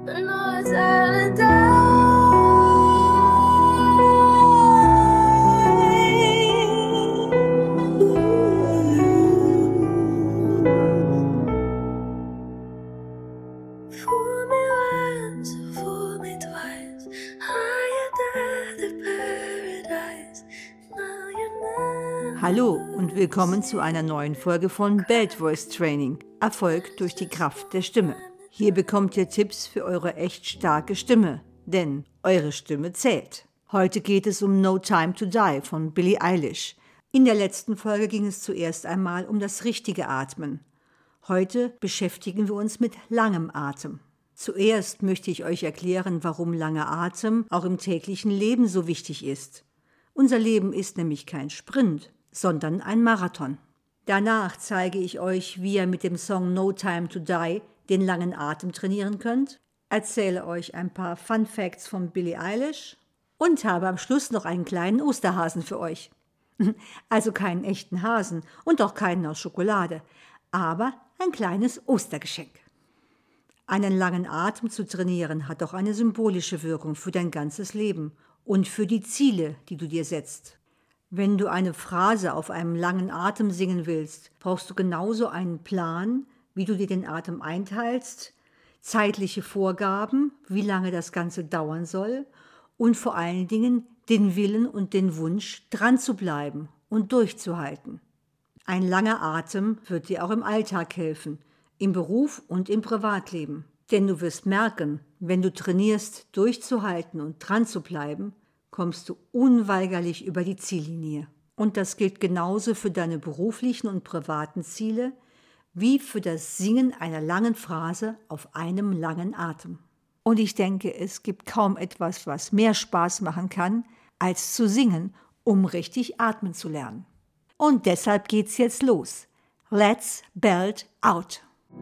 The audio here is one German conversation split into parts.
Hallo und willkommen zu einer neuen Folge von Belt Voice Training. Erfolg durch die Kraft der Stimme. Hier bekommt ihr Tipps für eure echt starke Stimme, denn eure Stimme zählt. Heute geht es um No Time to Die von Billie Eilish. In der letzten Folge ging es zuerst einmal um das richtige Atmen. Heute beschäftigen wir uns mit langem Atem. Zuerst möchte ich euch erklären, warum langer Atem auch im täglichen Leben so wichtig ist. Unser Leben ist nämlich kein Sprint, sondern ein Marathon. Danach zeige ich euch, wie ihr mit dem Song No Time to Die den langen Atem trainieren könnt, erzähle euch ein paar Fun Facts von Billie Eilish und habe am Schluss noch einen kleinen Osterhasen für euch. Also keinen echten Hasen und auch keinen aus Schokolade, aber ein kleines Ostergeschenk. Einen langen Atem zu trainieren hat auch eine symbolische Wirkung für dein ganzes Leben und für die Ziele, die du dir setzt. Wenn du eine Phrase auf einem langen Atem singen willst, brauchst du genauso einen Plan, wie du dir den Atem einteilst, zeitliche Vorgaben, wie lange das Ganze dauern soll und vor allen Dingen den Willen und den Wunsch, dran zu bleiben und durchzuhalten. Ein langer Atem wird dir auch im Alltag helfen, im Beruf und im Privatleben. Denn du wirst merken, wenn du trainierst, durchzuhalten und dran zu bleiben, kommst du unweigerlich über die Ziellinie. Und das gilt genauso für deine beruflichen und privaten Ziele, wie für das Singen einer langen Phrase auf einem langen Atem. Und ich denke, es gibt kaum etwas, was mehr Spaß machen kann, als zu singen, um richtig atmen zu lernen. Und deshalb geht's jetzt los. Let's belt out.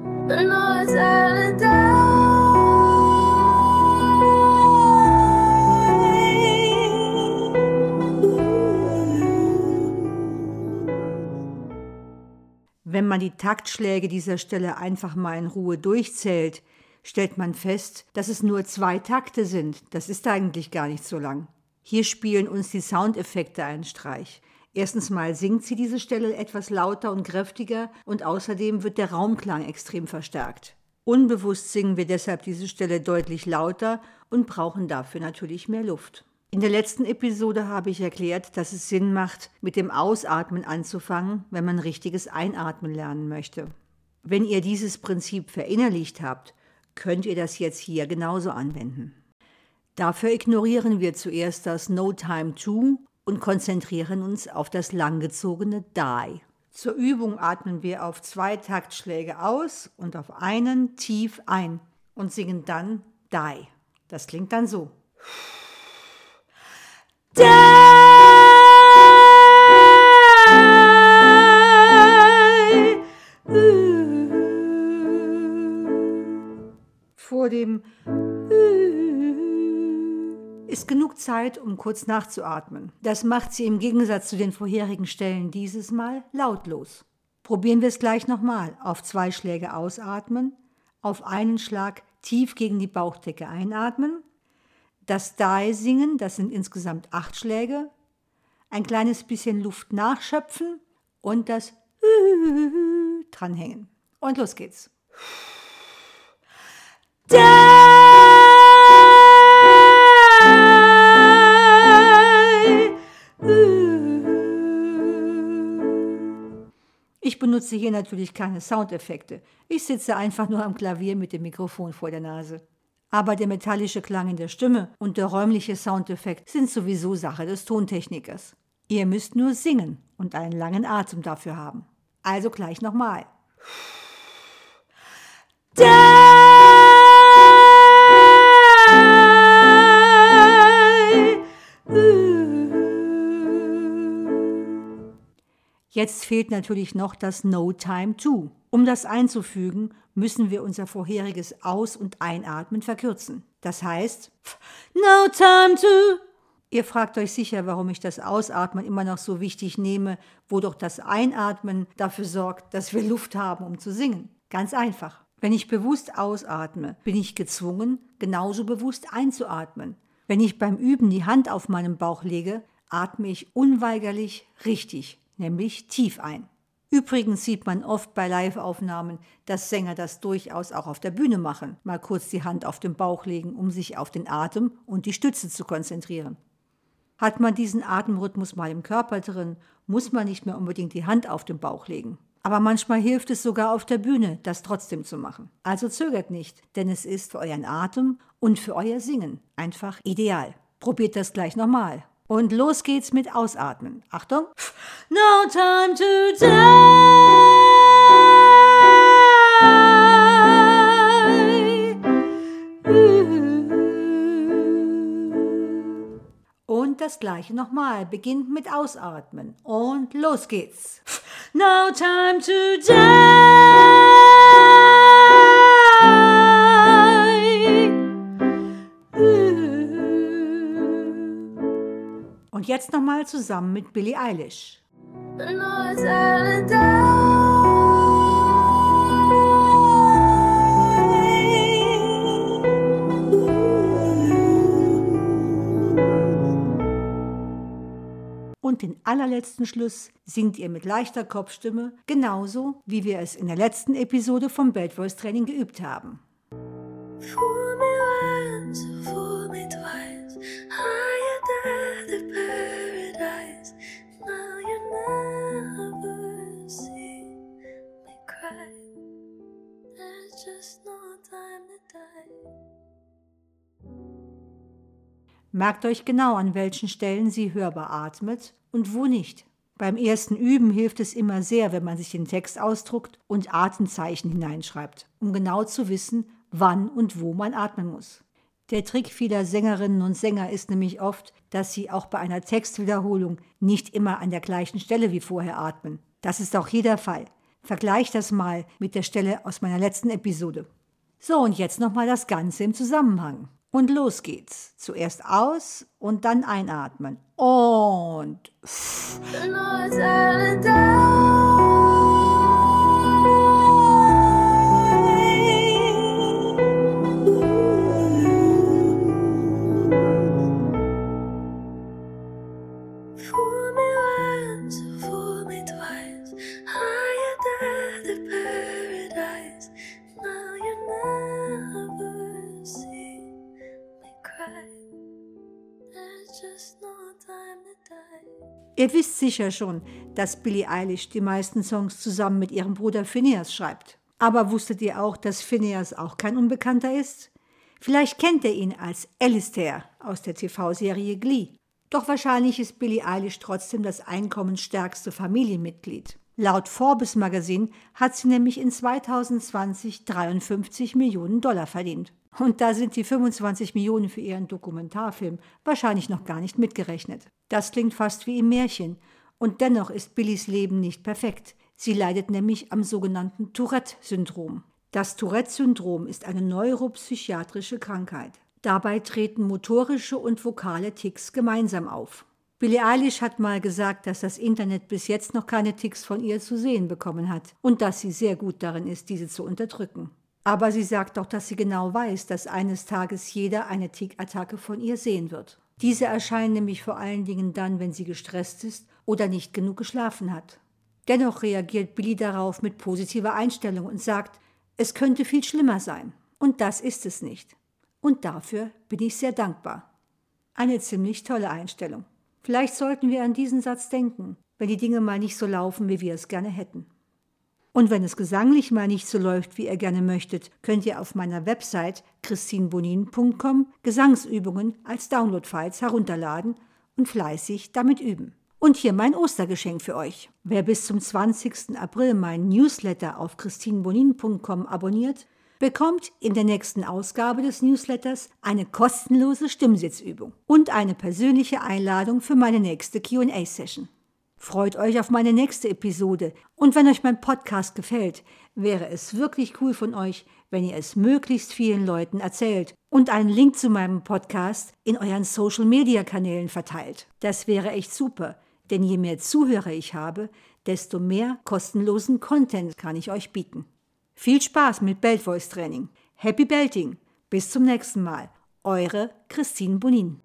Wenn man die Taktschläge dieser Stelle einfach mal in Ruhe durchzählt, stellt man fest, dass es nur 2 Takte sind. Das ist eigentlich gar nicht so lang. Hier spielen uns die Soundeffekte einen Streich. Erstens mal singt sie diese Stelle etwas lauter und kräftiger und außerdem wird der Raumklang extrem verstärkt. Unbewusst singen wir deshalb diese Stelle deutlich lauter und brauchen dafür natürlich mehr Luft. In der letzten Episode habe ich erklärt, dass es Sinn macht, mit dem Ausatmen anzufangen, wenn man richtiges Einatmen lernen möchte. Wenn ihr dieses Prinzip verinnerlicht habt, könnt ihr das jetzt hier genauso anwenden. Dafür ignorieren wir zuerst das No Time to und konzentrieren uns auf das langgezogene Die. Zur Übung atmen wir auf 2 Taktschläge aus und auf einen tief ein und singen dann Die. Das klingt dann so. Vor dem ist genug Zeit, um kurz nachzuatmen. Das macht sie im Gegensatz zu den vorherigen Stellen dieses Mal lautlos. Probieren wir es gleich nochmal. Auf 2 Schläge ausatmen, auf einen Schlag tief gegen die Bauchdecke einatmen, das Die singen, das sind insgesamt 8 Schläge, ein kleines bisschen Luft nachschöpfen und das dranhängen. Und los geht's. Ich benutze hier natürlich keine Soundeffekte. Ich sitze einfach nur am Klavier mit dem Mikrofon vor der Nase. Aber der metallische Klang in der Stimme und der räumliche Soundeffekt sind sowieso Sache des Tontechnikers. Ihr müsst nur singen und einen langen Atem dafür haben. Also gleich nochmal. Jetzt fehlt natürlich noch das No Time to. Um das einzufügen, müssen wir unser vorheriges Aus- und Einatmen verkürzen. Das heißt, No time to. Ihr fragt euch sicher, warum ich das Ausatmen immer noch so wichtig nehme, wo doch das Einatmen dafür sorgt, dass wir Luft haben, um zu singen. Ganz einfach. Wenn ich bewusst ausatme, bin ich gezwungen, genauso bewusst einzuatmen. Wenn ich beim Üben die Hand auf meinen Bauch lege, atme ich unweigerlich richtig, nämlich tief ein. Übrigens sieht man oft bei Live-Aufnahmen, dass Sänger das durchaus auch auf der Bühne machen, mal kurz die Hand auf den Bauch legen, um sich auf den Atem und die Stütze zu konzentrieren. Hat man diesen Atemrhythmus mal im Körper drin, muss man nicht mehr unbedingt die Hand auf den Bauch legen. Aber manchmal hilft es sogar auf der Bühne, das trotzdem zu machen. Also zögert nicht, denn es ist für euren Atem und für euer Singen einfach ideal. Probiert das gleich nochmal. Und los geht's mit Ausatmen. Achtung! No time to die. Und das gleiche nochmal. Beginnt mit Ausatmen. Und los geht's. No time to die. Und jetzt nochmal zusammen mit Billie Eilish. Und den allerletzten Schluss singt ihr mit leichter Kopfstimme, genauso wie wir es in der letzten Episode vom Bad Voice Training geübt haben. Fool me once, fool me twice, higher than the paradise. Now you never see me cry. There's just no time to die. Merkt euch genau, an welchen Stellen sie hörbar atmet und wo nicht. Beim ersten Üben hilft es immer sehr, wenn man sich den Text ausdruckt und Atemzeichen hineinschreibt, um genau zu wissen, wann und wo man atmen muss. Der Trick vieler Sängerinnen und Sänger ist nämlich oft, dass sie auch bei einer Textwiederholung nicht immer an der gleichen Stelle wie vorher atmen. Das ist auch hier der Fall. Vergleicht das mal mit der Stelle aus meiner letzten Episode. So, und jetzt nochmal das Ganze im Zusammenhang. Und los geht's. Zuerst aus und dann einatmen. Und ihr wisst sicher schon, dass Billie Eilish die meisten Songs zusammen mit ihrem Bruder Finneas schreibt. Aber wusstet ihr auch, dass Finneas auch kein Unbekannter ist? Vielleicht kennt ihr ihn als Alistair aus der TV-Serie Glee. Doch wahrscheinlich ist Billie Eilish trotzdem das einkommensstärkste Familienmitglied. Laut Forbes Magazine hat sie nämlich in 2020 $53 Millionen verdient. Und da sind die 25 Millionen für ihren Dokumentarfilm wahrscheinlich noch gar nicht mitgerechnet. Das klingt fast wie im Märchen. Und dennoch ist Billies Leben nicht perfekt. Sie leidet nämlich am sogenannten Tourette-Syndrom. Das Tourette-Syndrom ist eine neuropsychiatrische Krankheit. Dabei treten motorische und vokale Tics gemeinsam auf. Billie Eilish hat mal gesagt, dass das Internet bis jetzt noch keine Tics von ihr zu sehen bekommen hat und dass sie sehr gut darin ist, diese zu unterdrücken. Aber sie sagt auch, dass sie genau weiß, dass eines Tages jeder eine Tic-Attacke von ihr sehen wird. Diese erscheinen nämlich vor allen Dingen dann, wenn sie gestresst ist oder nicht genug geschlafen hat. Dennoch reagiert Billie darauf mit positiver Einstellung und sagt, es könnte viel schlimmer sein. Und das ist es nicht. Und dafür bin ich sehr dankbar. Eine ziemlich tolle Einstellung. Vielleicht sollten wir an diesen Satz denken, wenn die Dinge mal nicht so laufen, wie wir es gerne hätten. Und wenn es gesanglich mal nicht so läuft, wie ihr gerne möchtet, könnt ihr auf meiner Website christinbonin.com Gesangsübungen als Download-Files herunterladen und fleißig damit üben. Und hier mein Ostergeschenk für euch. Wer bis zum 20. April meinen Newsletter auf christinbonin.com abonniert, bekommt in der nächsten Ausgabe des Newsletters eine kostenlose Stimmsitzübung und eine persönliche Einladung für meine nächste Q&A-Session. Freut euch auf meine nächste Episode und wenn euch mein Podcast gefällt, wäre es wirklich cool von euch, wenn ihr es möglichst vielen Leuten erzählt und einen Link zu meinem Podcast in euren Social-Media-Kanälen verteilt. Das wäre echt super, denn je mehr Zuhörer ich habe, desto mehr kostenlosen Content kann ich euch bieten. Viel Spaß mit Belt Voice Training. Happy Belting. Bis zum nächsten Mal. Eure Christine Bonin.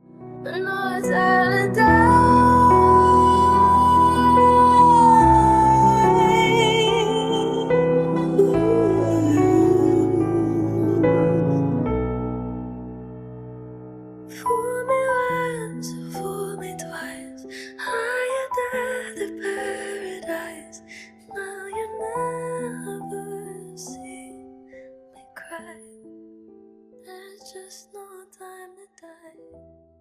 Fool me once, fool me twice, higher than the paradise. Now you never see me cry. There's just no time to die.